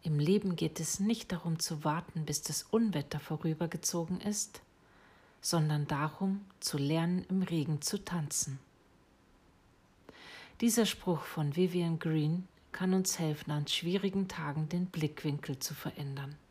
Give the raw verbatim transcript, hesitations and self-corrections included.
Im Leben geht es nicht darum zu warten, bis das Unwetter vorübergezogen ist, sondern darum, zu lernen, im Regen zu tanzen. Dieser Spruch von Vivian Green kann uns helfen, an schwierigen Tagen den Blickwinkel zu verändern.